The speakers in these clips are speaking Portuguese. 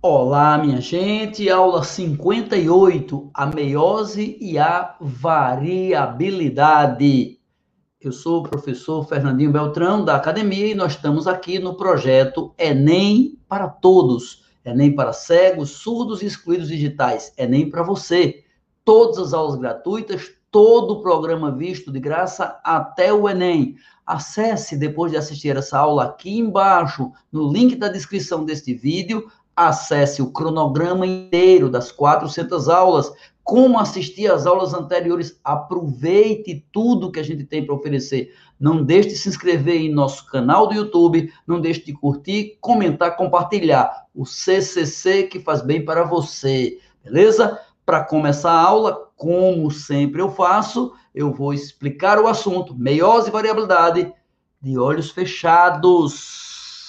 Olá, minha gente, aula 58, a meiose e a variabilidade. Eu sou o professor Fernandinho Beltrão, da academia, e nós estamos aqui no projeto Enem para Todos. Enem para cegos, surdos e excluídos digitais. Enem para você. Todas as aulas gratuitas, todo o programa visto de graça até o Enem. Acesse, depois de assistir essa aula aqui embaixo, no link da descrição deste vídeo, acesse o cronograma inteiro das 400 aulas, como assistir às aulas anteriores, aproveite tudo que a gente tem para oferecer. Não deixe de se inscrever em nosso canal do YouTube, não deixe de curtir, comentar, compartilhar. O CCC que faz bem para você, beleza? Para começar a aula, como sempre eu faço, eu vou explicar o assunto, meiose e variabilidade, de olhos fechados.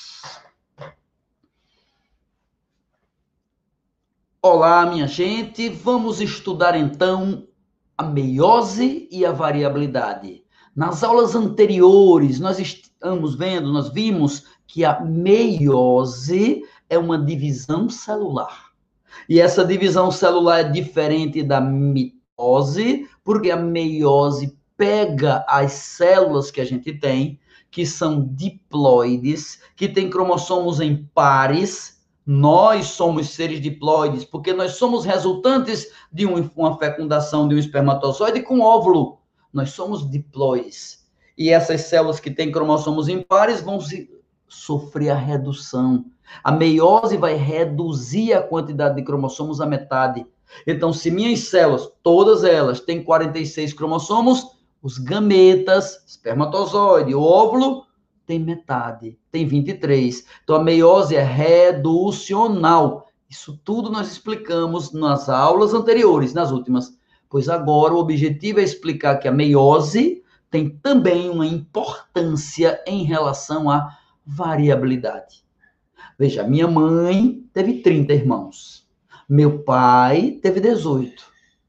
Olá, minha gente, vamos estudar então a meiose e a variabilidade. Nas aulas anteriores, nós vimos que a meiose é uma divisão celular. E essa divisão celular é diferente da mitose, porque a meiose pega as células que a gente tem, que são diploides, que têm cromossomos em pares. Nós somos seres diploides, porque nós somos resultantes de uma fecundação de um espermatozoide com óvulo. Nós somos diploides. E essas células que têm cromossomos impares vão sofrer a redução. A meiose vai reduzir a quantidade de cromossomos à metade. Então, se minhas células, todas elas, têm 46 cromossomos, os gametas, espermatozoide, óvulo, tem metade, tem 23. Então, a meiose é reducional. Isso tudo nós explicamos nas aulas anteriores, nas últimas. Pois agora o objetivo é explicar que a meiose tem também uma importância em relação à variabilidade. Veja, minha mãe teve 30 irmãos. Meu pai teve 18.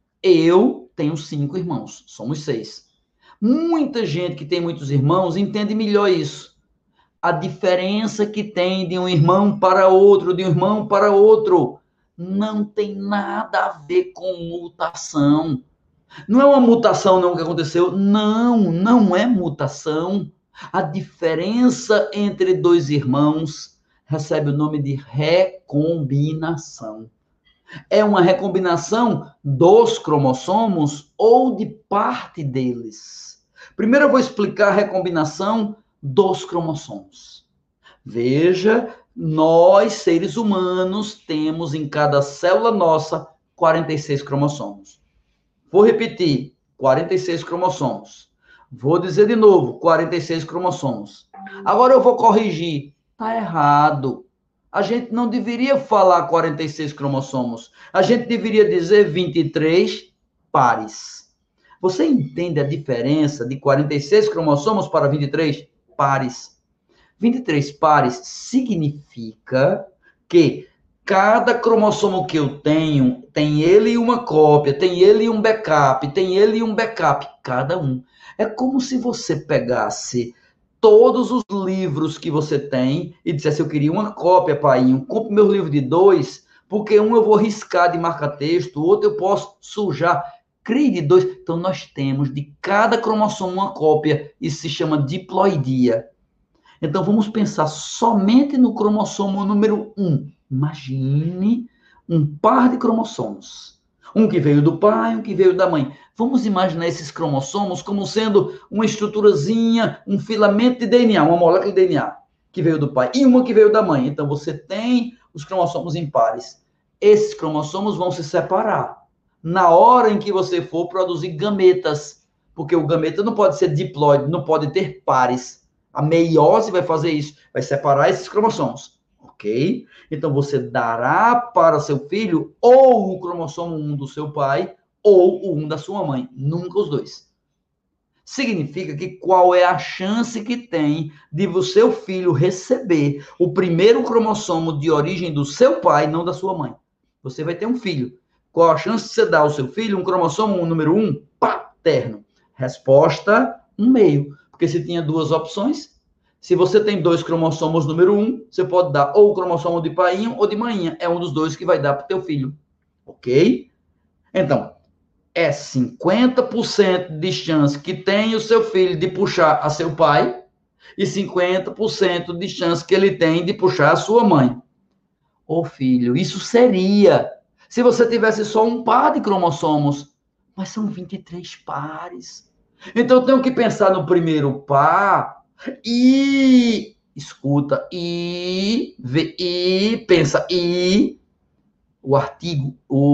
Eu tenho 5 irmãos, somos 6. Muita gente que tem muitos irmãos entende melhor isso. A diferença que tem de um irmão para outro, de um irmão para outro, não tem nada a ver com mutação. Não é uma mutação não que aconteceu. Não, não é mutação. A diferença entre dois irmãos recebe o nome de recombinação. É uma recombinação dos cromossomos ou de parte deles. Primeiro eu vou explicar a recombinação dos cromossomos. Veja, nós, seres humanos, temos em cada célula nossa 46 cromossomos. Vou repetir, 46 cromossomos. Vou dizer de novo, 46 cromossomos. Agora eu vou corrigir. Está errado. A gente não deveria falar 46 cromossomos. A gente deveria dizer 23 pares. Você entende a diferença de 46 cromossomos para 23 pares? 23 pares significa que cada cromossomo que eu tenho, tem ele uma cópia, tem ele um backup, tem ele um backup, cada um. É como se você pegasse todos os livros que você tem e dissesse, eu queria uma cópia, painho, compre meu livro de 2, porque um eu vou riscar de marca-texto, o outro eu posso sujar. Crie de 2. Então, nós temos de cada cromossomo uma cópia, isso se chama diploidia. Então, vamos pensar somente no cromossomo número 1. Imagine um par de cromossomos. Um que veio do pai, um que veio da mãe. Vamos imaginar esses cromossomos como sendo uma estruturazinha, um filamento de DNA, uma molécula de DNA que veio do pai e uma que veio da mãe. Então, você tem os cromossomos impares. Esses cromossomos vão se separar na hora em que você for produzir gametas, porque o gameta não pode ser diploide, não pode ter pares. A meiose vai fazer isso, vai separar esses cromossomos, ok? Então, você dará para seu filho ou o cromossomo 1 do seu pai ou o 1 da sua mãe, nunca os dois. Significa que qual é a chance que tem de o seu filho receber o primeiro cromossomo de origem do seu pai, não da sua mãe? Você vai ter um filho. Qual a chance de você dar ao seu filho um cromossomo número 1 paterno? Resposta, 1,5. Porque se tinha duas opções, se você tem 2 cromossomos número 1, você pode dar ou o cromossomo de painho ou de mainha. É um dos dois que vai dar para o teu filho. Ok? Então, é 50% de chance que tem o seu filho de puxar a seu pai e 50% de chance que ele tem de puxar a sua mãe. Ô filho, isso seria se você tivesse só um par de cromossomos, mas são 23 pares. Então eu tenho que pensar no primeiro par e escuta pensa o artigo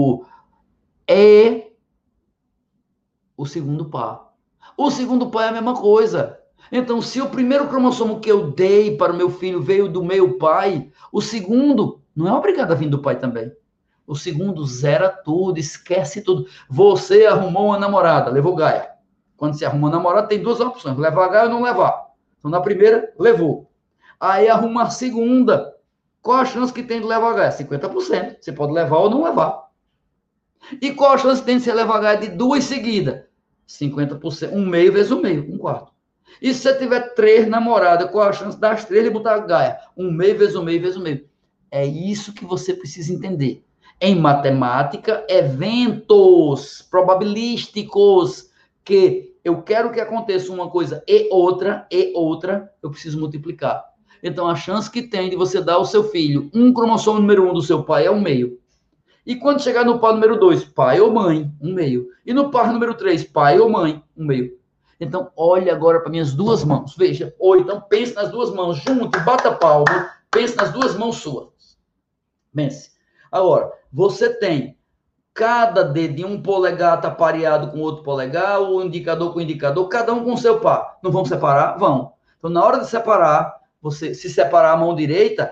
o segundo par. O segundo par é a mesma coisa. Então, se o primeiro cromossomo que eu dei para o meu filho veio do meu pai, o segundo não é obrigado a vir do pai também. O segundo zera tudo, esquece tudo. Você arrumou uma namorada, levou Gaia. Quando você arruma uma namorada, tem duas opções: levar Gaia ou não levar. Então, na primeira, levou. Aí arruma a segunda. Qual a chance que tem de levar Gaia? 50%. Você pode levar ou não levar. E qual a chance que tem de você levar Gaia de duas seguidas? 50%. Um meio vezes um meio, um quarto. E se você tiver 3 namoradas, qual a chance das 3 de botar Gaia? Um meio vezes um meio vezes um meio. É isso que você precisa entender. Em matemática, eventos probabilísticos que eu quero que aconteça uma coisa e outra, eu preciso multiplicar. Então, a chance que tem de você dar ao seu filho um cromossomo número 1 do seu pai é um meio. E quando chegar no par número 2, pai ou mãe, um meio. E no par número 3, pai ou mãe, um meio. Então, olhe agora para minhas duas mãos. Veja. Ou então, pense nas duas mãos junto, bata palma. Pense nas duas mãos suas. Pense. Agora, você tem cada dedo de um polegar está pareado com outro polegar, o indicador com o indicador, cada um com seu par. Não vão separar? Vão. Então, na hora de separar, você se separar a mão direita,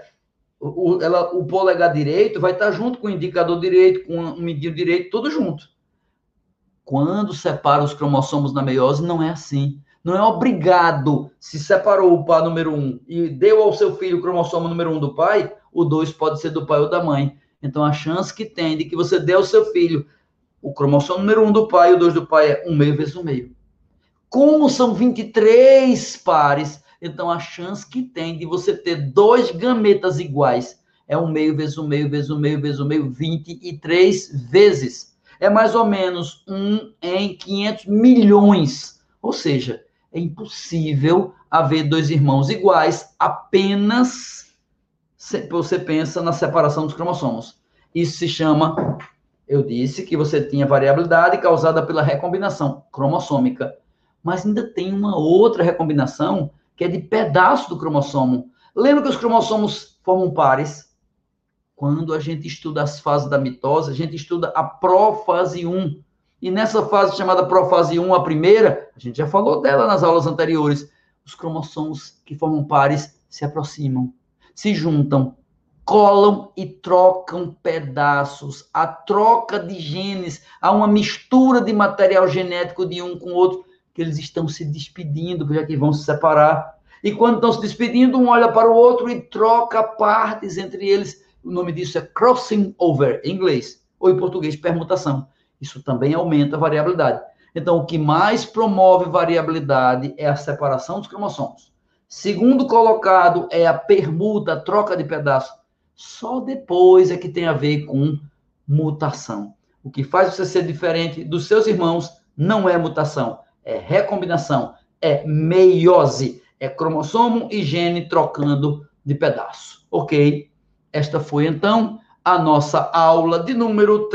o polegar direito vai estar junto com o indicador direito, com o medinho direito, tudo junto. Quando separa os cromossomos na meiose, não é assim. Não é obrigado. Se separou o par número 1 e deu ao seu filho o cromossomo número 1 do pai, o 2 pode ser do pai ou da mãe. Então, a chance que tem de que você dê ao seu filho o cromossomo número 1 do pai e o 2 do pai é um meio vezes um meio. Como são 23 pares, então a chance que tem de você ter 2 gametas iguais é um meio vezes um meio vezes um meio vezes um meio, 23 vezes. É mais ou menos 1 em 500 milhões. Ou seja, é impossível haver 2 irmãos iguais apenas você pensa na separação dos cromossomos. Isso se chama, eu disse que você tinha variabilidade causada pela recombinação cromossômica. Mas ainda tem uma outra recombinação que é de pedaço do cromossomo. Lembra que os cromossomos formam pares? Quando a gente estuda as fases da mitose, a gente estuda a profase 1. E nessa fase chamada profase 1, a primeira, a gente já falou dela nas aulas anteriores, os cromossomos que formam pares se aproximam, se juntam, colam e trocam pedaços. A troca de genes, há uma mistura de material genético de um com o outro, que eles estão se despedindo, já que vão se separar. E quando estão se despedindo, um olha para o outro e troca partes entre eles. O nome disso é crossing over, em inglês, ou em português, permutação. Isso também aumenta a variabilidade. Então, o que mais promove variabilidade é a separação dos cromossomos. Segundo colocado é a permuta, a troca de pedaços. Só depois é que tem a ver com mutação. O que faz você ser diferente dos seus irmãos não é mutação, é recombinação, é meiose, é cromossomo e gene trocando de pedaço. Ok? Esta foi, então, a nossa aula de número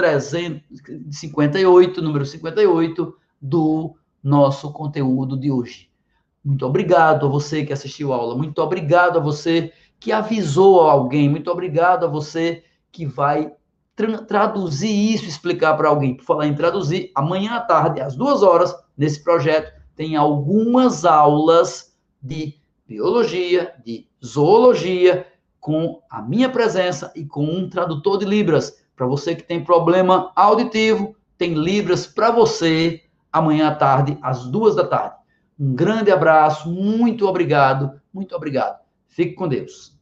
358, número 58 do nosso conteúdo de hoje. Muito obrigado a você que assistiu a aula, muito obrigado a você que avisou a alguém, muito obrigado a você que vai traduzir isso, explicar para alguém. Por falar em traduzir, amanhã à tarde, às 2 horas, nesse projeto, tem algumas aulas de biologia, de zoologia, com a minha presença e com um tradutor de Libras. Para você que tem problema auditivo, tem Libras para você amanhã à tarde, às 2 da tarde. Um grande abraço, muito obrigado, muito obrigado. Fique com Deus.